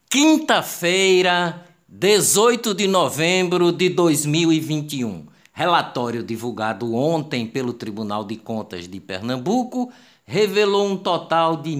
Quinta-feira, 18 de novembro de 2021. Relatório divulgado ontem pelo Tribunal de Contas de Pernambuco revelou um total de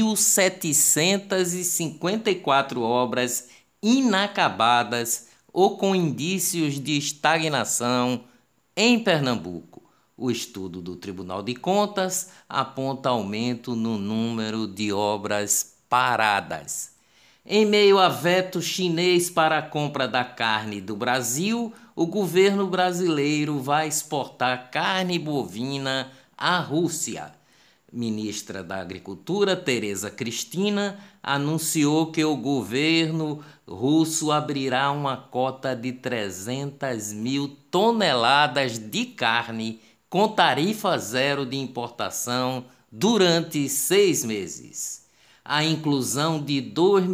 1.754 obras inacabadas ou com indícios de estagnação em Pernambuco. O estudo do Tribunal de Contas aponta aumento no número de obras paradas. Em meio a veto chinês para a compra da carne do Brasil, o governo brasileiro vai exportar carne bovina à Rússia. Ministra da Agricultura, Tereza Cristina, anunciou que o governo russo abrirá uma cota de 300 mil toneladas de carne com tarifa zero de importação durante 6 meses. A inclusão de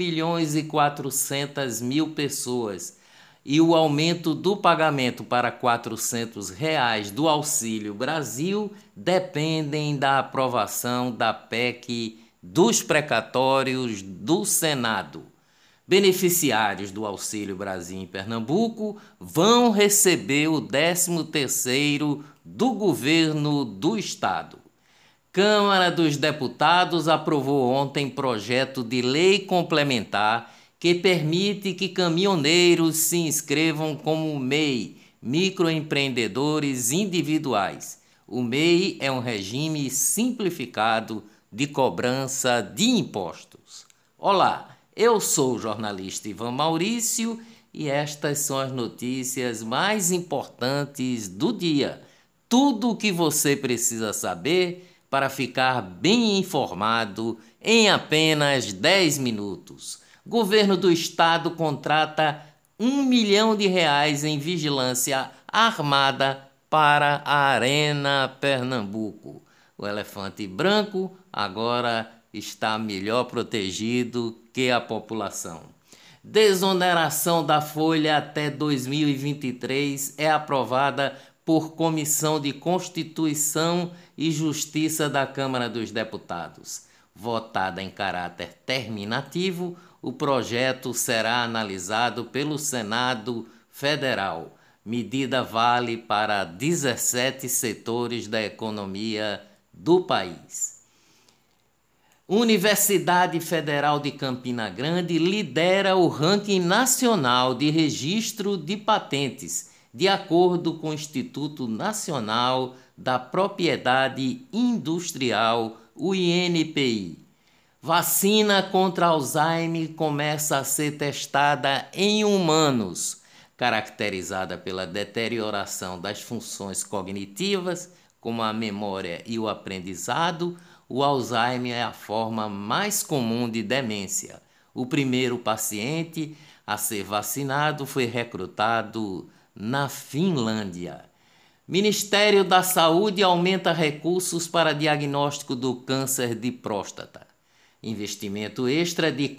2.400.000 pessoas e o aumento do pagamento para R$ 400 do Auxílio Brasil dependem da aprovação da PEC dos precatórios do Senado. Beneficiários do Auxílio Brasil em Pernambuco vão receber o 13º do governo do estado. Câmara dos Deputados aprovou ontem projeto de lei complementar que permite que caminhoneiros se inscrevam como MEI, microempreendedores individuais. O MEI é um regime simplificado de cobrança de impostos. Olá, eu sou o jornalista Ivan Maurício e estas são as notícias mais importantes do dia. Tudo o que você precisa saber para ficar bem informado em apenas 10 minutos. Governo do estado contrata R$ 1 milhão em vigilância armada para a Arena Pernambuco. O elefante branco agora está melhor protegido que a população. Desoneração da folha até 2023 é aprovada por Comissão de Constituição e Justiça da Câmara dos Deputados. Votada em caráter terminativo, o projeto será analisado pelo Senado Federal. Medida vale para 17 setores da economia do país. Universidade Federal de Campina Grande lidera o ranking nacional de registro de patentes, de acordo com o Instituto Nacional da Propriedade Industrial, o INPI. Vacina contra Alzheimer começa a ser testada em humanos, caracterizada pela deterioração das funções cognitivas, como a memória e o aprendizado. O Alzheimer é a forma mais comum de demência. O primeiro paciente a ser vacinado foi recrutado na Finlândia. Ministério da Saúde aumenta recursos para diagnóstico do câncer de próstata. Investimento extra de R$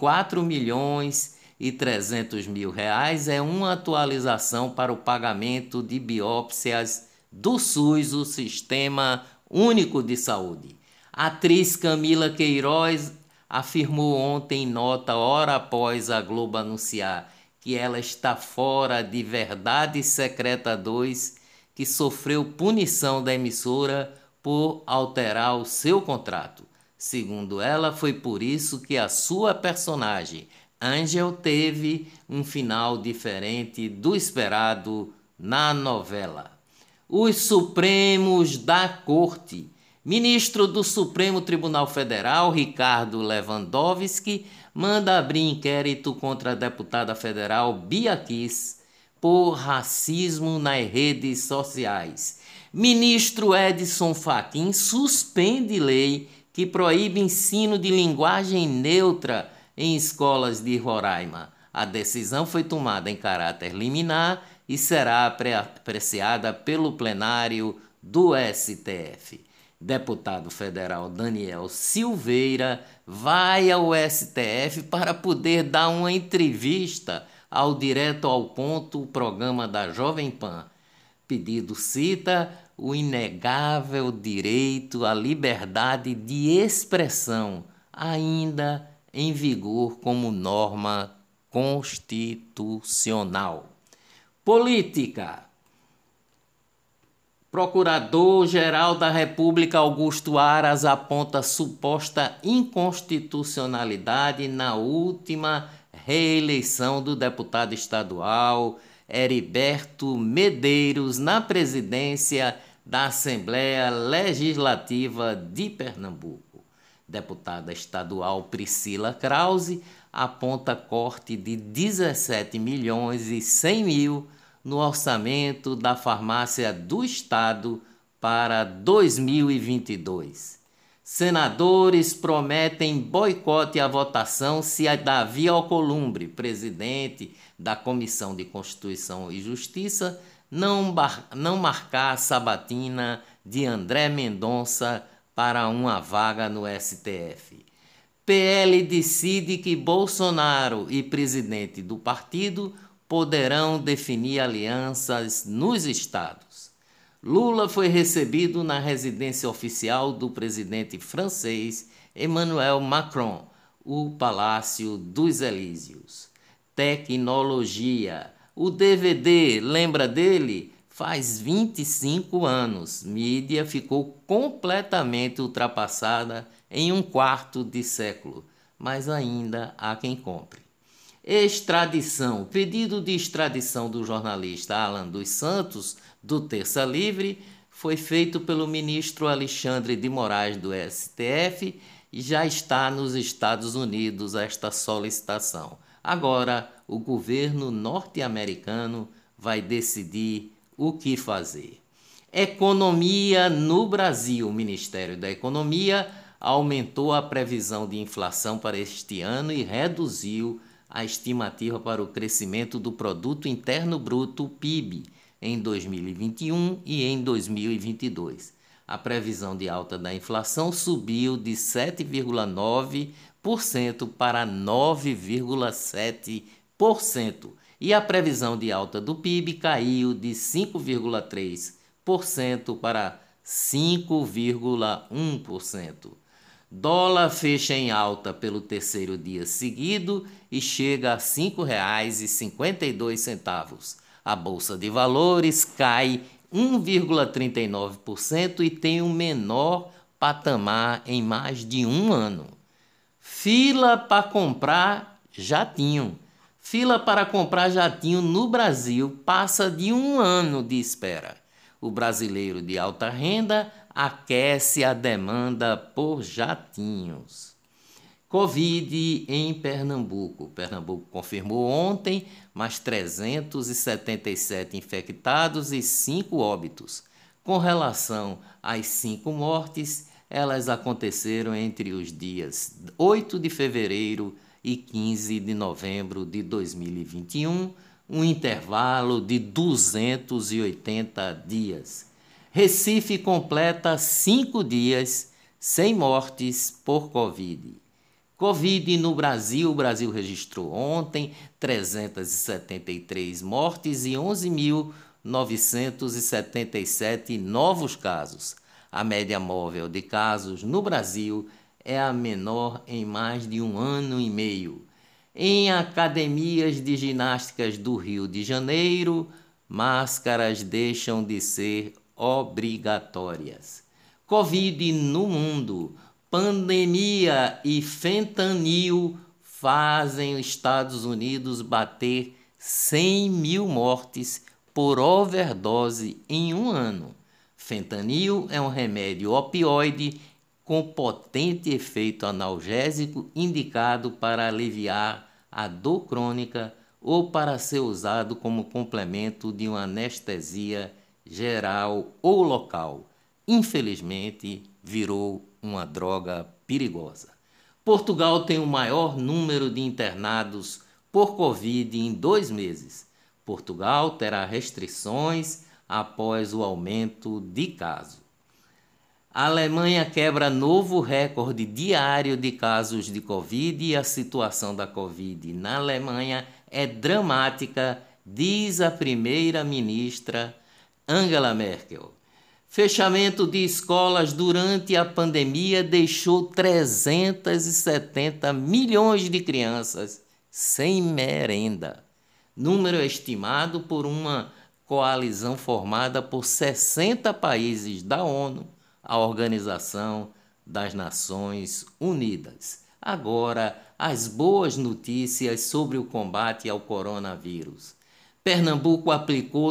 4.300.000 é uma atualização para o pagamento de biópsias do SUS, o Sistema Único de Saúde. A atriz Camila Queiroz afirmou ontem em nota, hora após a Globo anunciar que ela está fora de Verdade Secreta 2, que sofreu punição da emissora por alterar o seu contrato. Segundo ela, foi por isso que a sua personagem, Angel, teve um final diferente do esperado na novela. Os Supremos da Corte. Ministro do Supremo Tribunal Federal, Ricardo Lewandowski, manda abrir inquérito contra a deputada federal Bia Kiss por racismo nas redes sociais. Ministro Edson Fachin suspende lei que proíbe ensino de linguagem neutra em escolas de Roraima. A decisão foi tomada em caráter liminar e será apreciada pelo plenário do STF. Deputado federal Daniel Silveira vai ao STF para poder dar uma entrevista ao Direto ao Ponto, programa da Jovem Pan. Pedido cita o inegável direito à liberdade de expressão, ainda em vigor como norma constitucional. Política. Procurador-Geral da República Augusto Aras aponta suposta inconstitucionalidade na última reeleição do deputado estadual Heriberto Medeiros na presidência da Assembleia Legislativa de Pernambuco. Deputada estadual Priscila Krause aponta corte de 17.100.000 no orçamento da farmácia do Estado para 2022. Senadores prometem boicote à votação se a Davi Alcolumbre, presidente da Comissão de Constituição e Justiça, não marcar a sabatina de André Mendonça para uma vaga no STF. PL decide que Bolsonaro e presidente do partido poderão definir alianças nos estados. Lula foi recebido na residência oficial do presidente francês Emmanuel Macron, o Palácio dos Elíseos. Tecnologia. O DVD, lembra dele? Faz 25 anos. Mídia ficou completamente ultrapassada em um quarto de século, mas ainda há quem compre. Extradição. Pedido de extradição do jornalista Alan dos Santos, do Terça Livre, foi feito pelo ministro Alexandre de Moraes do STF e já está nos Estados Unidos esta solicitação. Agora, o governo norte-americano vai decidir o que fazer. Economia no Brasil. O Ministério da Economia aumentou a previsão de inflação para este ano e reduziu a estimativa para o crescimento do Produto Interno Bruto, PIB, em 2021 e em 2022. A previsão de alta da inflação subiu de 7,9% para 9,7% e a previsão de alta do PIB caiu de 5,3% para 5,1%. Dólar fecha em alta pelo terceiro dia seguido e chega a R$ 5,52. A Bolsa de Valores cai 1,39% e tem o menor patamar em mais de um ano. Fila para comprar jatinho. Fila para comprar jatinho no Brasil passa de um ano de espera. O brasileiro de alta renda aquece a demanda por jatinhos. Covid em Pernambuco. Pernambuco confirmou ontem mais 377 infectados e 5 óbitos. Com relação às 5 mortes, elas aconteceram entre os dias 8 de fevereiro e 15 de novembro de 2021, um intervalo de 280 dias. Recife completa 5 dias sem mortes por Covid. Covid no Brasil. O Brasil registrou ontem 373 mortes e 11.977 novos casos. A média móvel de casos no Brasil é a menor em mais de um ano e meio. Em academias de ginásticas do Rio de Janeiro, máscaras deixam de ser obrigatórias. Covid no mundo. Pandemia e fentanil fazem os Estados Unidos bater 100.000 mortes por overdose em um ano. Fentanil é um remédio opioide com potente efeito analgésico indicado para aliviar a dor crônica ou para ser usado como complemento de uma anestesia geral ou local. Infelizmente, virou uma droga perigosa. Portugal tem o maior número de internados por Covid em 2 meses. Portugal terá restrições após o aumento de casos. A Alemanha quebra novo recorde diário de casos de Covid e a situação da Covid na Alemanha é dramática, diz a primeira-ministra Angela Merkel. Fechamento de escolas durante a pandemia deixou 370 milhões de crianças sem merenda. Número estimado por uma coalizão formada por 60 países da ONU, a Organização das Nações Unidas. Agora, as boas notícias sobre o combate ao coronavírus. Pernambuco aplicou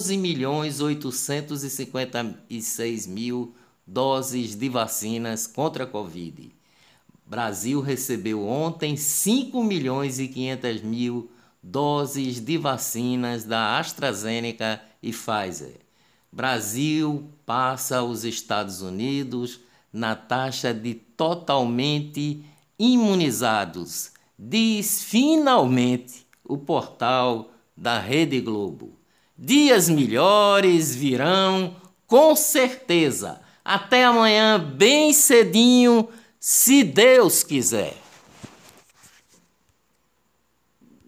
12.856.000 doses de vacinas contra a Covid. Brasil recebeu ontem 5.500.000 doses de vacinas da AstraZeneca e Pfizer. Brasil passa os Estados Unidos na taxa de totalmente imunizados, diz finalmente o portal da Rede Globo. Dias melhores virão, com certeza. Até amanhã, bem cedinho, se Deus quiser.